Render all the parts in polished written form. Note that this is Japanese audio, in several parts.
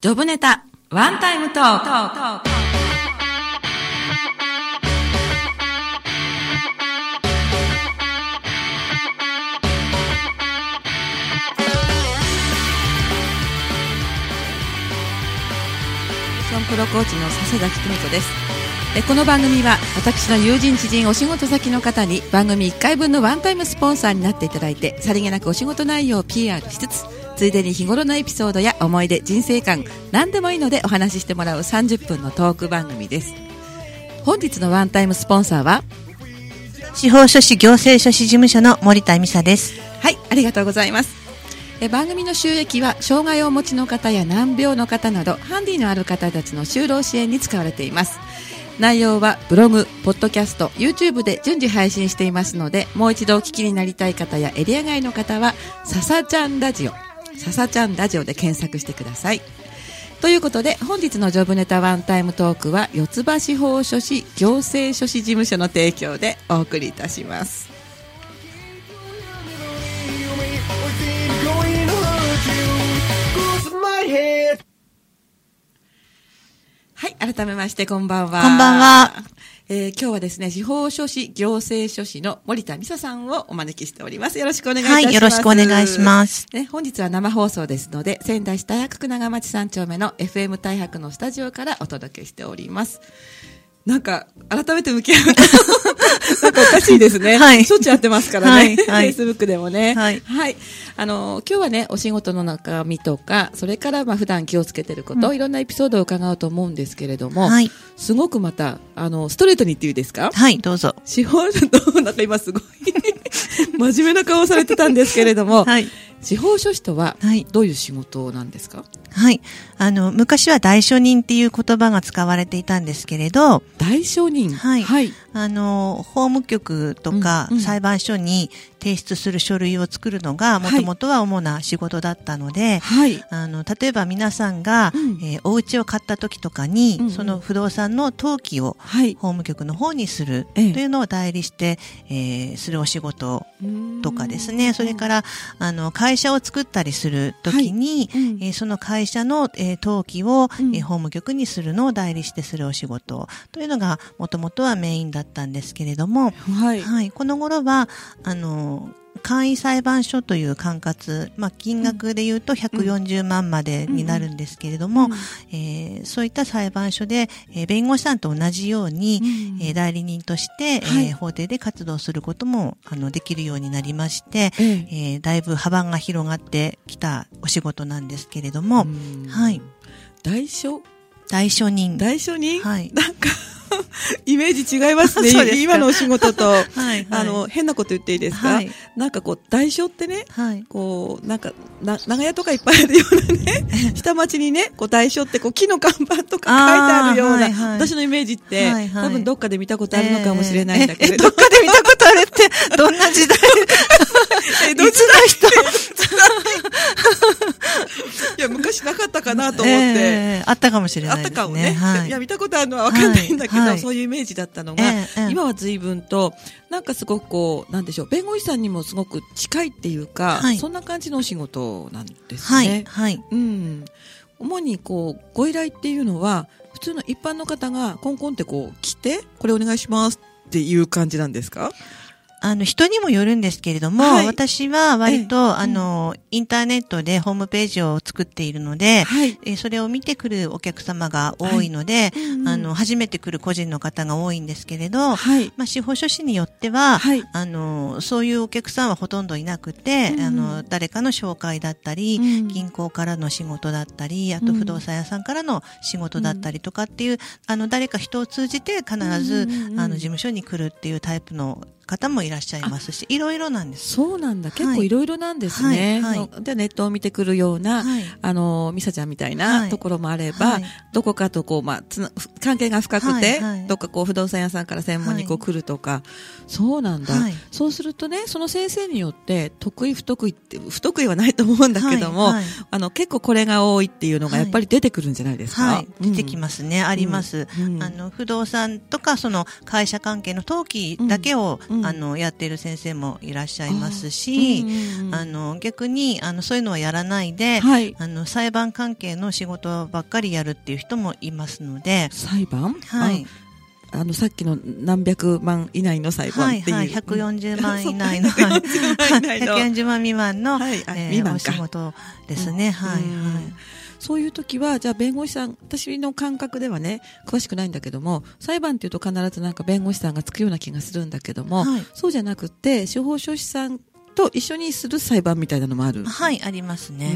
ジョブネタワンタイムトーク。プロコーチの佐世崎久美子です。この番組は私の友人知人お仕事先の方に番組1回分のワンタイムスポンサーになっていただいて、さりげなくお仕事内容を PR しつつ、ついでに日頃のエピソードや思い出、人生観、何でもいいのでお話ししてもらう30分のトーク番組です。本日のワンタイムスポンサーは司法書士行政書士事務所の森田美沙です。 はい、ありがとうございます。番組の収益は障害をお持ちの方や難病の方などハンディのある方たちの就労支援に使われています。内容はブログ、ポッドキャスト、YouTube で順次配信していますので、もう一度お聞きになりたい方やエリア外の方はささちゃんラジオで検索してください。ということで本日のジョブネタワンタイムトークは四つ葉司法書士行政書士事務所の提供でお送りいたします。はい、改めましてこんばんは。 こんばんは。 今日はですね、司法書士行政書士の森田美沙さんをお招きしております。よろしくお願いいたします。 はい、よろしくお願いします。 本日は生放送ですので、仙台市太白区長町3丁目の FM 太白のスタジオからお届けしております。なんか改めて向き合うとなんかおかしいですね。はい。しょっちゅうやってますからね。はい。Facebook でもね。はい。はい。今日はね、お仕事の中身とか、それから普段気をつけてること、いろんなエピソードを伺うと思うんですけれども、はい。すごくまたストレートに言っていいですか？ はい、どうぞ。 司法書となんか今すごい真面目な顔をされてたんですけれども、はい。司法書士とはどういう仕事なんですか？ はい。昔は代書人っていう言葉が使われていたんですけれど。 代書人？ はい。はい。法務局とか裁判所に提出する書類を作るのがもともとは主な仕事だったので、はい。例えば皆さんが、お家を買った時とかに、その不動産の登記を法務局の方にするというのを代理して、するお仕事とかですね。それから、会社を作ったりする時に、その会社の、登記を、法務局にするのを代理してするお仕事というのがもともとはメインだったんですけれども、はい。はい。この頃は、簡易裁判所という管轄、金額で言うと140万までになるんですけれども、そういった裁判所で、弁護士さんと同じように、代理人として、法廷で活動することもできるようになりまして、だいぶ幅が広がってきたお仕事なんですけれども、はい。 代書人。 はい。なんかイメージ違いますね。今のお仕事と、はい、はい、変なこと言っていいですか？はい、なんか代書ってね、はい、なんか長屋とかいっぱいあるようなね、下町にね、代書って木の看板とか書いてあるような、はいはい、私のイメージって、はいはい、多分どっかで見たことあるのかもしれないんだけれど、 どっかで見たことあるってどんな時代？ どっちの人？いや、昔なかったかなと思って、 あったかもしれないですね。 あったかもね。はい、いや、見たことあるのは分かんないんだけど、はい、そういうイメージだったのが、今は随分となんかすごくなんでしょう、弁護士さんにもすごく近いっていうか、はい、そんな感じのお仕事なんですね。はい。はい。うん。主にご依頼っていうのは普通の一般の方がコンコンって来て、これお願いしますっていう感じなんですか？ 人にもよるんですけれども、はい、私は割と、インターネットでホームページを作っているので、はい、それを見てくるお客様が多いので、はい、初めて来る個人の方が多いんですけれど、はい、司法書士によっては、はい、そういうお客さんはほとんどいなくて、誰かの紹介だったり、銀行からの仕事だったり、あと不動産屋さんからの仕事だったりとかっていう、誰か人を通じて必ず、事務所に来るっていうタイプの方もいらっしゃいますし、いろいろなんです。 そうなんだ。結構いろいろなんですね。はいはい、でネットを見てくるような、はい、ミサちゃんみたいなところもあれば、はい、どこかと関係が深くて、はいはい、どっか不動産屋さんから専門に来るとか、はい、そうなんだ、はい。そうするとね、その先生によって得意不得意って不得意はないと思うんだけども、はいはい、結構これが多いっていうのがやっぱり出てくるんじゃないですか？ はい、出てきますね。あります。不動産とかその会社関係の登記だけをやっている先生もいらっしゃいますし、逆にそういうのはやらないで、裁判関係の仕事ばっかりやるっていう人もいますので。 裁判？はい。さっきの何百万以内の裁判っていう、 140万以内の140万未満の、お仕事ですね。 そういう時はじゃあ弁護士さん、私の感覚ではね詳しくないんだけども、裁判っていうと必ずなんか弁護士さんがつくような気がするんだけども、そうじゃなくて司法書士さんと一緒にする裁判みたいなのもある？ ありますね。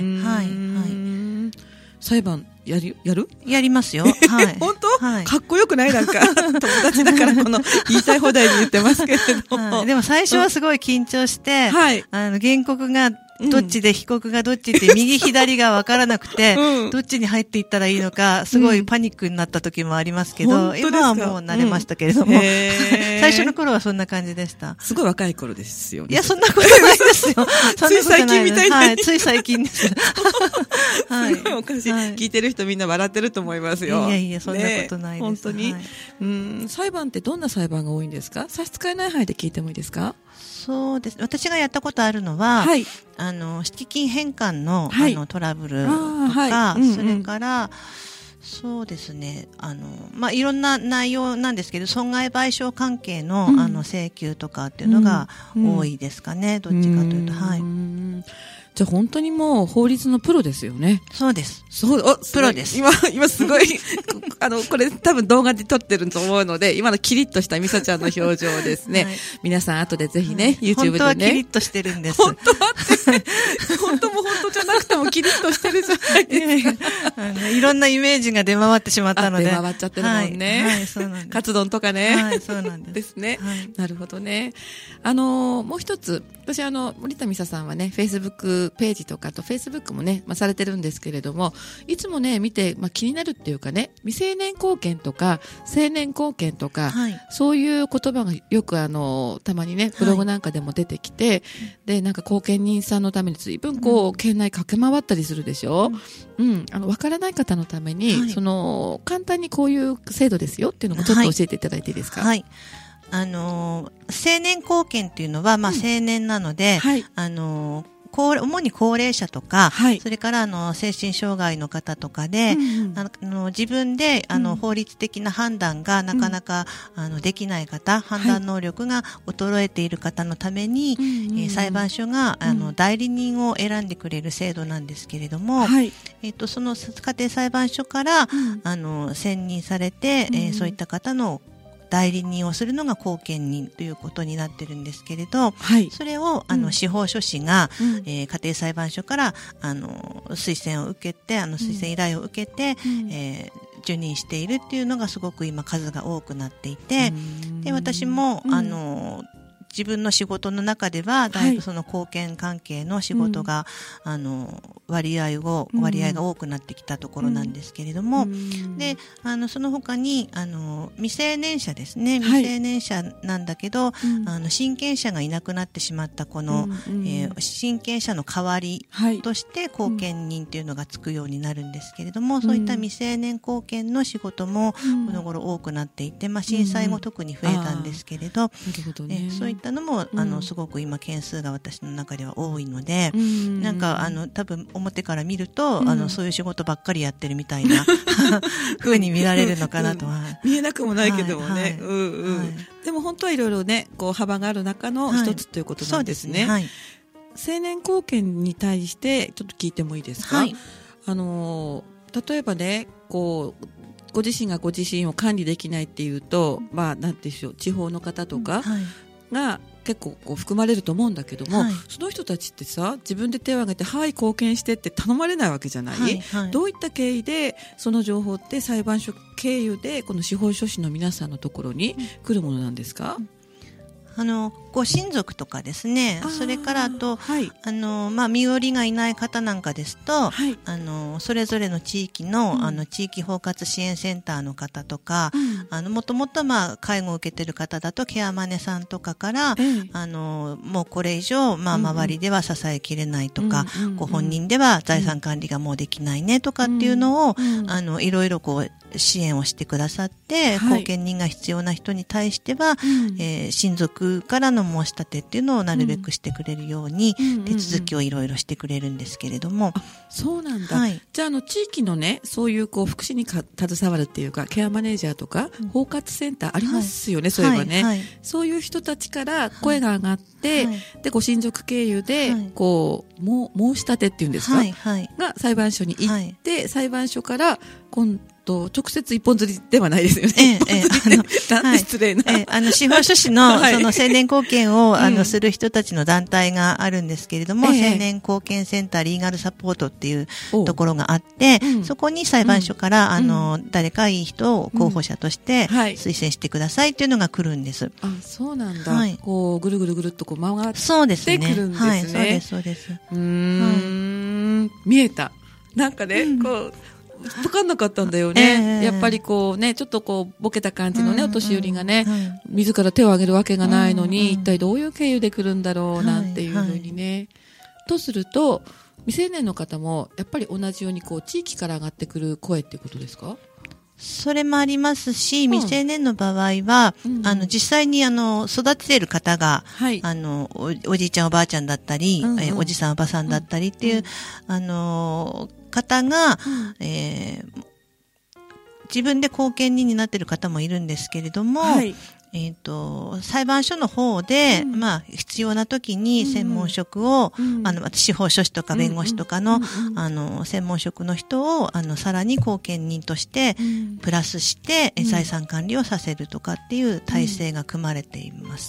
裁判やりますよ。 本当？かっこよくない？なんか友達だからこの言いたい放題に言ってますけれども、 でも最初はすごい緊張して、原告がどっちで被告がどっちって右左が分からなくて、どっちに入っていったらいいのかすごいパニックになった時もありますけど、今はもう慣れましたけれども、最初の頃はそんな感じでした。 すごい若い頃ですよね。 いや、そんなことないですよ。 つい最近みたいな。 つい最近です。 すごいおかしい。聞いてる人みんな笑ってると思いますよ。 いや、そんなことないです。 本当に。裁判ってどんな裁判が多いんですか？差し支えない範囲で聞いてもいいですか？ そうです。私がやったことあるのは、敷金返還の、トラブルとか、それから、そうですね、いろんな内容なんですけど、損害賠償関係の、請求とかっていうのが多いですかね、どっちかというと。 じゃあ本当にもう法律のプロですよね。 そうです。 プロです。今すごい、これ多分動画で撮ってると思うので、今のキリッとしたみさちゃんの表情ですね。皆さん後でぜひね、YouTube でね。 本当はキリッとしてるんです。 本当はって、本当も本当じゃなくてもキリッとしてるじゃないですか。 いろんなイメージが出回ってしまったので。 出回っちゃってるもんね。 そうなんです。 カツ丼とかね。 そうなんです。 ですね。なるほどね。もう一つ、私森田美沙さんはね、Facebookページとかと Facebook もね、されてるんですけれども、いつもね見て、気になるっていうかね、未成年後見とか成年後見とか、そういう言葉がよくたまにねブログなんかでも出てきて、でなんか後見人さんのために随分県内駆け回ったりするでしょ。分からない方のために、簡単にこういう制度ですよっていうのをちょっと教えていただいていいですか？ 成年後見っていうのは、成年なので、主に高齢者とか、それから精神障害の方とかで、自分で法律的な判断がなかなかできない方、判断能力が衰えている方のために、裁判所が代理人を選んでくれる制度なんですけれども、その家庭裁判所から選任されて、そういった方の代理人をするのが後見人ということになってるんですけれど、それを司法書士が、家庭裁判所から推薦を受けて推薦依頼を受けて、受任しているっていうのがすごく今数が多くなっていて、で私も自分の仕事の中ではだいぶその後見関係の仕事が、割合が多くなってきたところなんですけれども、でその他に未成年者ですね、未成年者なんだけど、親権者がいなくなってしまったこの、親権者の代わりとして後見人というのがつくようになるんですけれども、そういった未成年後見の仕事もこの頃多くなっていて、震災後特に増えたんですけれど、そういったのもすごく今件数が私の中では多いので、なんか多分表から見ると、そういう仕事ばっかりやってるみたいな風に見られるのかなとは、 見えなくもないけどもね、でも本当はいろいろね幅がある中の一つということなんですね。成年後見に対してちょっと聞いてもいいですか？例えばねご自身がご自身を管理できないっていうと、なんでしょう、地方の方とかが結構含まれると思うんだけども、その人たちってさ、自分で手を挙げて貢献してって頼まれないわけじゃない、どういった経緯でその情報って裁判所経由でこの司法書士の皆さんのところに来るものなんですか？ ご親族とかですね、それからあと、身寄りがいない方なんかですと、それぞれの地域の、地域包括支援センターの方とか、もともと介護を受けてる方だとケアマネさんとかから、もうこれ以上、周りでは支えきれないとか、ご本人では財産管理がもうできないねとかっていうのを、いろいろ支援をしてくださって、後見人が必要な人に対しては、親族局からの申し立てっていうのをなるべくしてくれるように、手続きをいろいろしてくれるんですけれども。 そうなんだ。はい、じゃあ、地域のね、そういう福祉に携わるっていうか、ケアマネージャーとか、包括センターありますよね、そういえばね、そういう人たちから声が上がって、で、ご親族経由で、申し立てっていうんですか、が裁判所に行って、裁判所から今度直接一本釣りではないですよね。なんて失礼な。 司法書士の、その青年貢献を、する人たちの団体があるんですけれども、青年貢献センターリーガルサポートっていうところがあって、そこに裁判所から、誰かいい人を候補者として推薦してくださいっていうのが来るんです。 あ、そうなんだ。ぐるぐるぐるっと回ってくるんですね。 そうですね。はい、そうです、そうです。 見えた。なんかね、わかんなかったんだよね。やっぱりちょっとボケた感じのね、お年寄りがね、自ら手を挙げるわけがないのに、一体どういう経由で来るんだろうなんていうふうにね。とすると、未成年の方も、やっぱり同じように地域から上がってくる声っていうことですか？ それもありますし、未成年の場合は、実際に育てている方が、おじいちゃんおばあちゃんだったり、おじさんおばさんだったりっていう、方が、自分で後見人になっている方もいるんですけれども、裁判所の方で、必要な時に専門職を、司法書士とか弁護士とかの、専門職の人を、さらに後見人として、プラスして、財産管理をさせるとかっていう体制が組まれています。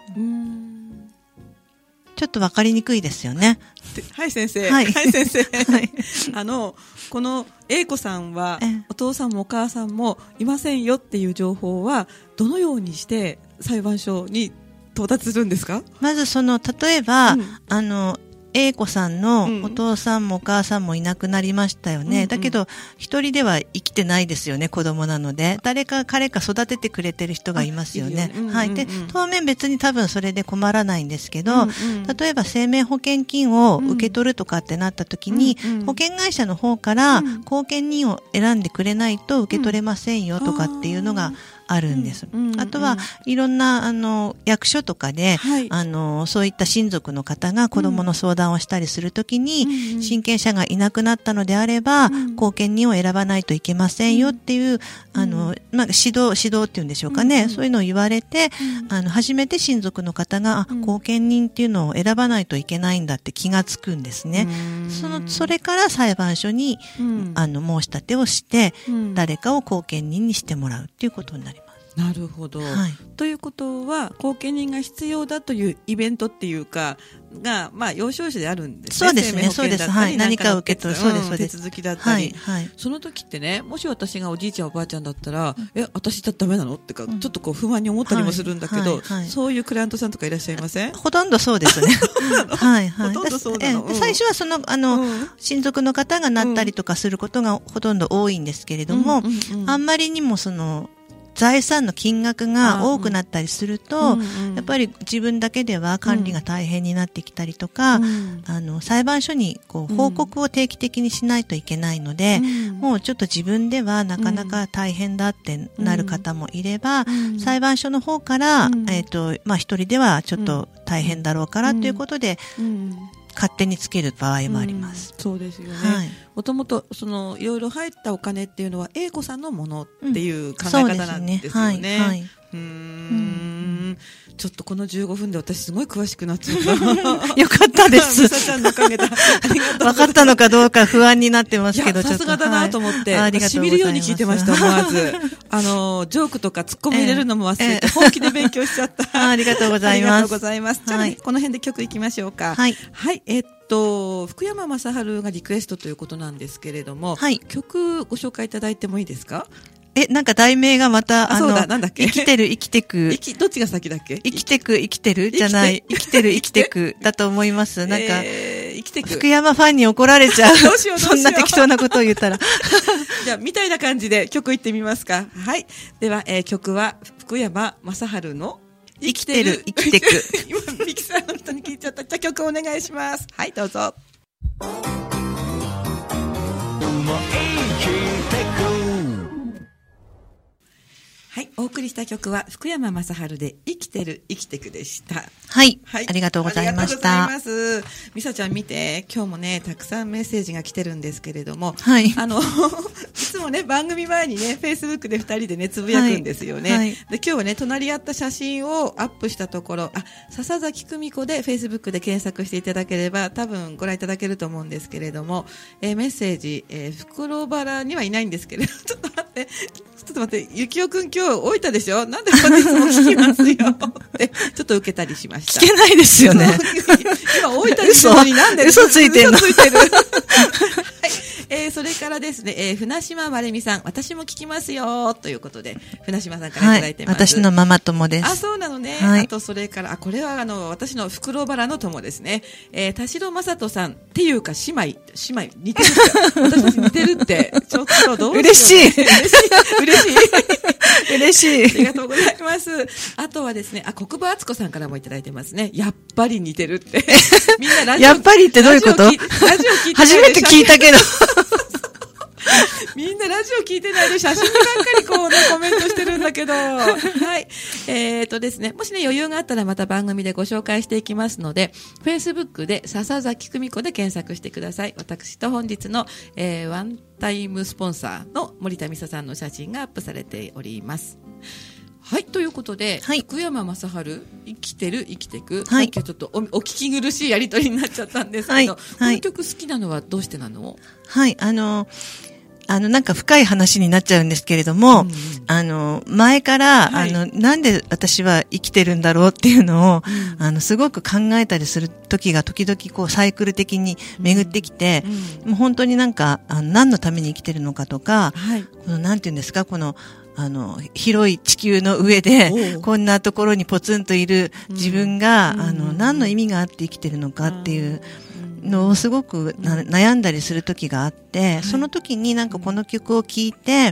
ちょっとわかりにくいですよね。 はい先生。はい先生。この A 子さんはお父さんもお母さんもいませんよっていう情報はどのようにして裁判所に到達するんですか？ まず例えば、A 子さんのお父さんもお母さんもいなくなりましたよね。だけど、一人では生きてないですよね、子供なので。彼か育ててくれてる人がいますよね。はい。で、当面別に多分それで困らないんですけど、例えば生命保険金を受け取るとかってなった時に、保険会社の方から後見人を選んでくれないと受け取れませんよとかっていうのがあるんです。あとは、いろんな、役所とかで、そういった親族の方が子供の相談をしたりするときに、親権者がいなくなったのであれば、後見人を選ばないといけませんよっていう、指導っていうんでしょうかね。そういうのを言われて、初めて親族の方が、後見人っていうのを選ばないといけないんだって気がつくんですね。それから裁判所に、申し立てをして、誰かを後見人にしてもらうっていうことになります。 なるほど、ということは後見人が必要だというイベントっていうかが、要所要所であるんですね。 そうですね、そうです。はい。何かを受け取る、そうです、そうです。 手続きだったり、その時ってね、もし私がおじいちゃんおばあちゃんだったら、私だってダメなのってか、ちょっと不安に思ったりもするんだけど、そういうクライアントさんとかいらっしゃいません？ ほとんどそうですね。はい、はい。 ほとんどそうなの。 最初は親族の方がなったりとかすることがほとんど多いんですけれども、あんまりにも財産の金額が多くなったりすると、やっぱり自分だけでは管理が大変になってきたりとか、裁判所に報告を定期的にしないといけないので、もうちょっと自分ではなかなか大変だってなる方もいれば、裁判所の方から、一人ではちょっと大変だろうからということで、勝手につける場合もあります。 そうですよね。もともといろいろ入ったお金っていうのは A 子さんのものっていう考え方なんですよね。ちょっとこの15分で私すごい詳しくなっちゃった。 よかったです。 みさちゃんのおかげで。 分かったのかどうか不安になってますけど、 さすがだなと思って、しみるように聞いてました、思わず。ジョークとかツッコミ入れるのも忘れて、本気で勉強しちゃった。 ありがとうございます。 ありがとうございます。じゃあ、この辺で曲いきましょうか。はい。福山雅治がリクエストということなんですけれども、曲ご紹介いただいてもいいですか？ なんか題名がまた、 なんだっけ？ 生きてる、生きてく。 どっちが先だっけ？ 生きてく、生きてるじゃない。生きてる、生きてくだと思います。なんか、 生きてく。 福山ファンに怒られちゃう。そんな適当なことを言ったら。 じゃあ、みたいな感じで曲いってみますか。はい。では、曲は福山雅治の生きてる、生きてく。 今、ミキサーの人に聞いちゃった。じゃあ、曲お願いします。はい、どうぞ。はい、 お送りした曲は福山雅治で生きてる生きてくでした。 はい。はい。ありがとうございました。 ありがとうございます。みさちゃん見て、今日もね、たくさんメッセージが来てるんですけれども、 はい。 いつもね、番組前にね、Facebook で2人でね、つぶやくんですよね。はい。で、今日はね、隣り合った写真をアップしたところ、笹崎久美子で Facebook で検索していただければ、多分ご覧いただけると思うんですけれども、メッセージ、袋原にはいないんですけれど、ちょっと待って、ゆきおくん今日置いたでしょ？なんで本日も聞きますよってちょっと受けたりしました。 聞けないですよね。 今置いたでしょ？なんで嘘ついてるの？ 嘘ついてる。はい。それからですね、船島まれみさん、私も聞きますよということで、船島さんからいただいてます。 はい、私のママ友です。 そうなのね。 はい、 あとそれから、これは私の袋原の友ですね。田代正人さんっていうか姉妹似てるって。私たち似てるって。ちょっとどうしよう。 嬉しい。 嬉しい。ありがとうございます。あとはですね、国母敦子さんからもいただいてますね。やっぱり似てるって。みんなラジオ。 やっぱりってどういうこと？ ラジオ聞いて初めて聞いたけど。 みんなラジオ聞いてないで写真にばっかりこうね、コメントしてるんだけど。はい。ですね、もしね、余裕があったらまた番組でご紹介していきますので、Facebook で笹崎久美子で検索してください。私と本日の、ワンタイムスポンサーの森田美沙さんの写真がアップされております。はい、ということで、はい、福山雅治、生きてる生きてく、はい、さっきはちょっとお聞き苦しいやりとりになっちゃったんですけど、はい、この曲好きなのはどうしてなの？ はい、なんか深い話になっちゃうんですけれども、前から、はい、なんで私は生きてるんだろうっていうのを、すごく考えたりする時が時々こうサイクル的に巡ってきて、もう本当になんか、何のために生きてるのかとか、はい、このなんていうんですか、この、広い地球の上で、こんなところにポツンといる自分が、何の意味があって生きてるのかっていう、のをすごく悩んだりする時があって、その時になんかこの曲を聴いて、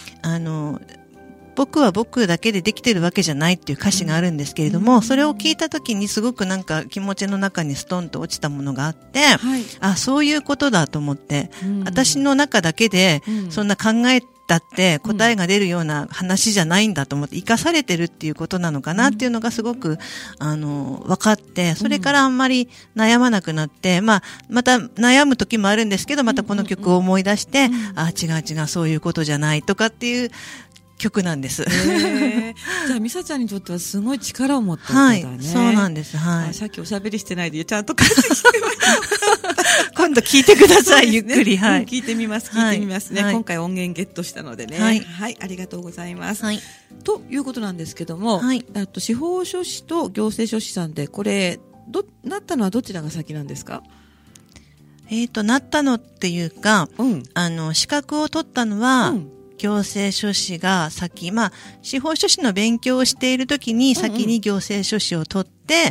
僕は僕だけでできてるわけじゃないっていう歌詞があるんですけれども、それを聞いた時にすごくなんか気持ちの中にストンと落ちたものがあって、そういうことだと思って、私の中だけでそんな考えだって答えが出るような話じゃないんだと思って、生かされてるっていうことなのかなっていうのがすごく、分かって、それからあんまり悩まなくなって、また悩む時もあるんですけど、またこの曲を思い出して、違う、そういうことじゃないとかっていう曲なんです。 じゃあ、ミサちゃんにとってはすごい力を持った歌だね。 はい、そうなんです。はい。 さっきおしゃべりしてないで、ちゃんと返してきて今度聞いてください、ゆっくり。はい。 聞いてみますね。今回音源ゲットしたのでね。はい。ありがとうございます。はい。ということなんですけども、はい。司法書士と行政書士さんで、これ、なったのはどちらが先なんですか？ なったのっていうか、資格を取ったのは、行政書士が先、司法書士の勉強をしているときに先に行政書士を取って、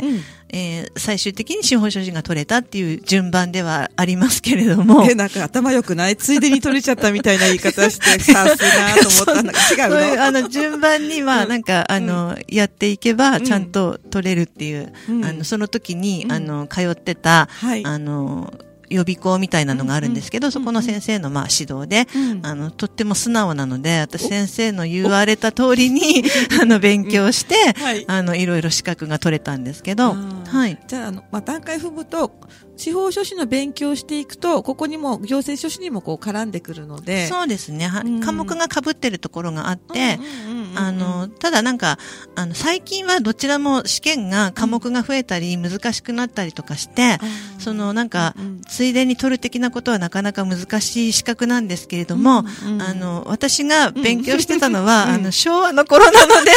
最終的に司法書士が取れたっていう順番ではありますけれども。 なんか頭良くない？ついでに取れちゃったみたいな言い方して、さすがと思ったんだけど、違うの？ 順番には、なんか、やっていけば、ちゃんと取れるっていう、その時に、通ってた、予備校みたいなのがあるんですけど、そこの先生の指導で、とっても素直なので、私先生の言われた通りに、勉強して、いろいろ資格が取れたんですけど、はい。 じゃあ、段階踏むと、司法書士の勉強をしていくと、ここにも、行政書士にもこう絡んでくるので。 そうですね。科目が被ってるところがあって、ただなんか、最近はどちらも試験が、科目が増えたり、難しくなったりとかして、なんか、ついでに取る的なことはなかなか難しい資格なんですけれども、私が勉強してたのは、昭和の頃なので、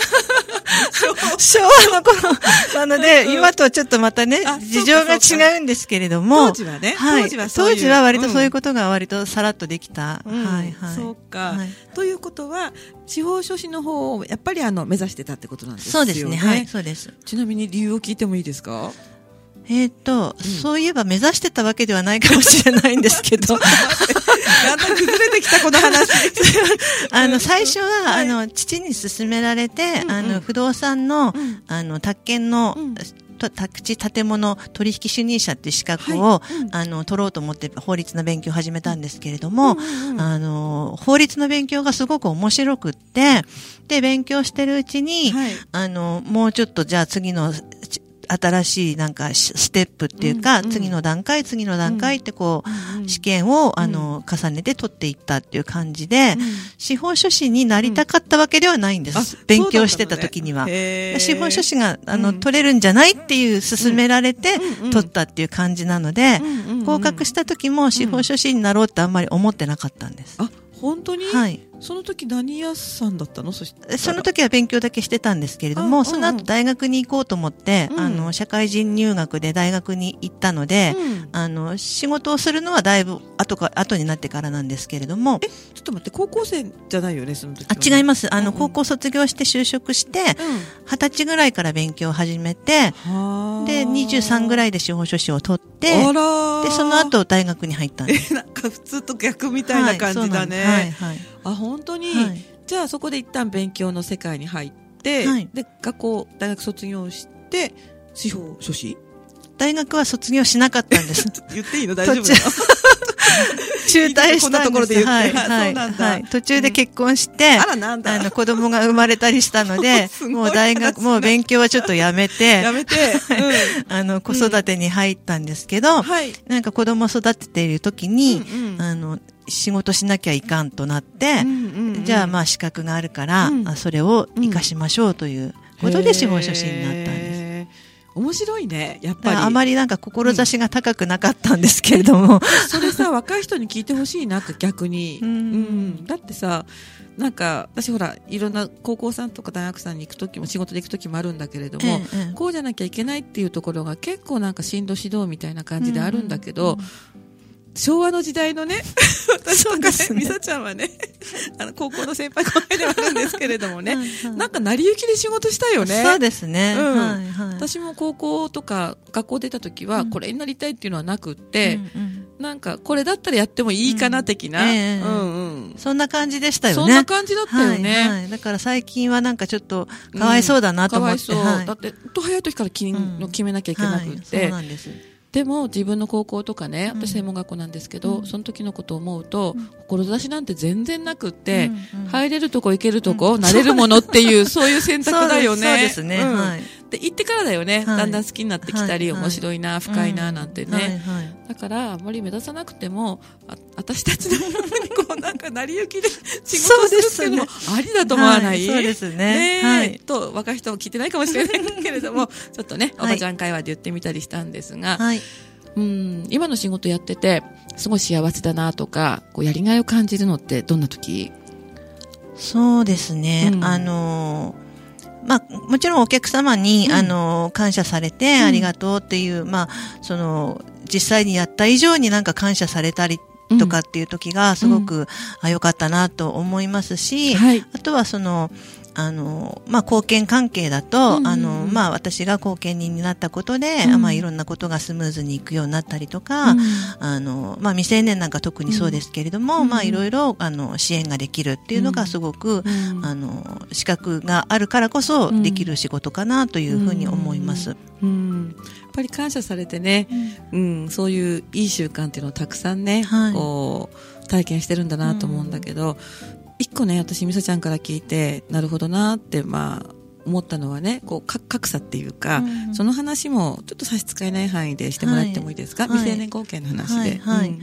昭和の頃なので、今とはちょっとまたね、事情が違うんですけれども、 当時はね、 当時は割とそういうことが割とさらっとできた。 そうか。ということは、司法書士の方をやっぱり目指してたってことなんですよね。 そうですね。はい、そうです。 ちなみに理由を聞いてもいいですか？ そういえば目指してたわけではないかもしれないんですけど。 だんだん崩れてきたこの話。 最初は、父に勧められて、不動産の、宅建の、 宅地建物取引主任者っていう資格を、取ろうと思って法律の勉強を始めたんですけれども、法律の勉強がすごく面白くって、で、勉強してるうちに、もうちょっとじゃあ次の新しいなんかステップっていうか、次の段階ってこう、試験を重ねて取っていったっていう感じで、司法書士になりたかったわけではないんです。勉強してた時には。司法書士が取れるんじゃないっていう勧められて取ったっていう感じなので、合格した時も司法書士になろうってあんまり思ってなかったんです。 あ、本当に？はい。その時何屋さんだったの？その時は勉強だけしてたんですけれども、その後大学に行こうと思って、社会人入学で大学に行ったので、仕事をするのはだいぶ後になってからなんですけれども。 ちょっと待って、高校生じゃないよね、その時は、ね。 違います。高校卒業して就職して、20歳ぐらいから勉強を始めて、で、23ぐらいで司法書士を取って、で、その後大学に入ったんです。 なんか普通と逆みたいな感じだね。はいはい。あ、本当に、じゃあそこで一旦勉強の世界に入って、で、大学卒業して、司法書士？ 大学は卒業しなかったんです。 言っていいの？大丈夫なの？ 中退したんです。 こんなところで言って。 はい。途中で結婚して、子供が生まれたりしたので、もうもう勉強はちょっとやめて、子育てに入ったんですけど、なんか子供を育てている時に、仕事しなきゃいかんとなって、じゃあまあ資格があるから、それを活かしましょうということで司法書士になったんです。 面白いね、やっぱり。 あまりなんか志が高くなかったんですけれども。 それさ、若い人に聞いてほしいな、逆に。だってさ、なんか、私ほら、いろんな高校さんとか大学さんに行くときも仕事で行くときもあるんだけれども、こうじゃなきゃいけないっていうところが結構なんか進路指導みたいな感じであるんだけど、昭和の時代のね、私とかね、美沙ちゃんはね、高校の先輩後輩ではあるんですけれどもね、なんか成り行きで仕事したよね。 そうですね。 私も高校とか学校出た時は、これになりたいっていうのはなくって、なんかこれだったらやってもいいかな的な、 そんな感じでしたよね。 そんな感じだったよね。 だから最近はなんかちょっとかわいそうだなと思って。 だって早い時から決めなきゃいけなくって。そうなんです。でも自分の高校とかね、私専門学校なんですけど、その時のことを思うと、志なんて全然なくって、入れるとこ行けるとこ、なれるものっていう、そういう選択だよね。 そうですね。 で、行ってからだよね、だんだん好きになってきたり、面白いな、深いな、なんてね。だから、あまり目指さなくても、私たちのようにこう、なんか成り行きで仕事するっていうのもありだと思わない？ そうですね。 と、若い人も聞いてないかもしれないけれども、ちょっとね、おばちゃん会話で言ってみたりしたんですが、今の仕事やってて、すごい幸せだなとか、こうやりがいを感じるのってどんな時？ そうですね。まあ、もちろんお客様に、感謝されてありがとうっていう、まあ、実際にやった以上になんか感謝されたりとかっていう時がすごく、良かったなと思いますし、あとはまあ、貢献関係だと、まあ、私が貢献人になったことで、まあ、いろんなことがスムーズにいくようになったりとか、まあ、未成年なんか特にそうですけれども、まあ、いろいろ、支援ができるっていうのがすごく、資格があるからこそできる仕事かなというふうに思います。 やっぱり感謝されてね、そういういい習慣っていうのをたくさんね、こう、体験してるんだなと思うんだけど、一個ね、私、みさちゃんから聞いて、なるほどなって、まあ、思ったのはね、こう、格差っていうか、その話も、ちょっと差し支えない範囲でしてもらってもいいですか？未成年貢献の話で。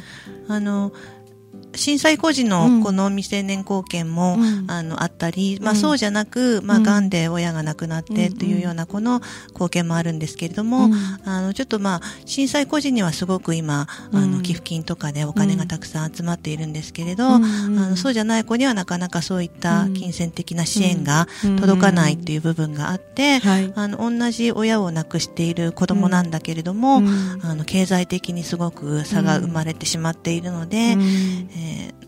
震災孤児のこの未成年貢献も、あったり、まあそうじゃなく、まあ癌で親が亡くなってというようなこの貢献もあるんですけれども、ちょっとまあ震災孤児にはすごく今、寄付金とかでお金がたくさん集まっているんですけれど、そうじゃない子にはなかなかそういった金銭的な支援が届かないっていう部分があって、同じ親を亡くしている子供なんだけれども、経済的にすごく差が生まれてしまっているので、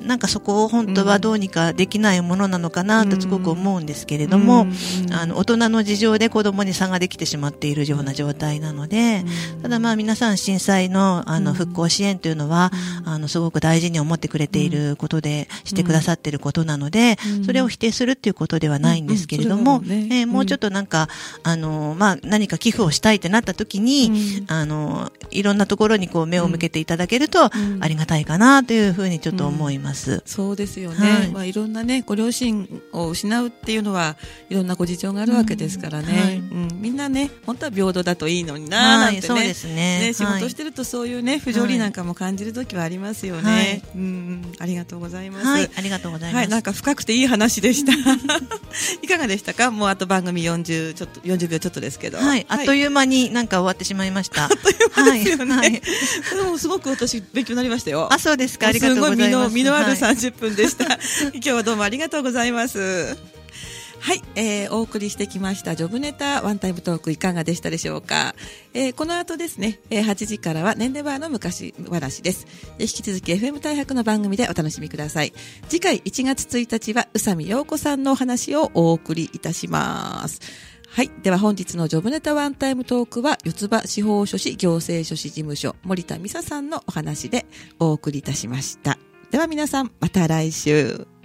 なんかそこを本当はどうにかできないものなのかなとすごく思うんですけれども、大人の事情で子供に差ができてしまっているような状態なので、ただまあ皆さん震災の復興支援というのは、すごく大事に思ってくれていることで、してくださっていることなので、それを否定するっていうことではないんですけれども、もうちょっとなんか、まあ何か寄付をしたいってなった時に、いろんなところにこう目を向けていただけるとありがたいかなというふうにちょっと思います。 そうですよね。いろんなね、ご両親を失うっていうのはいろんなご事情があるわけですからね。みんなね、本当は平等だといいのにななんてね。 そうですね。 仕事してるとそういうね、不条理なんかも感じる時はありますよね。ありがとうございます。 はい、ありがとうございます。 なんか深くていい話でした。いかがでしたか？もうあと番組40秒ちょっとですけど。 はい、あっという間になんか終わってしまいました。 あっという間ですよね。でもすごく私勉強になりましたよ。 あ、そうですか。ありがとうございます。 すごい身のある30分でした。今日はどうもありがとうございます。はい、お送りしてきましたジョブネタワンタイムトークいかがでしたでしょうか。この後ですね、8時からはねんねバーの昔話です。引き続き FM 大白の番組でお楽しみください。次回1月1日は宇佐美陽子さんのお話をお送りいたします。はい。では本日のジョブネタワンタイムトークは四つ葉司法書士行政書士事務所森田美沙さんのお話でお送りいたしました。では皆さんまた来週。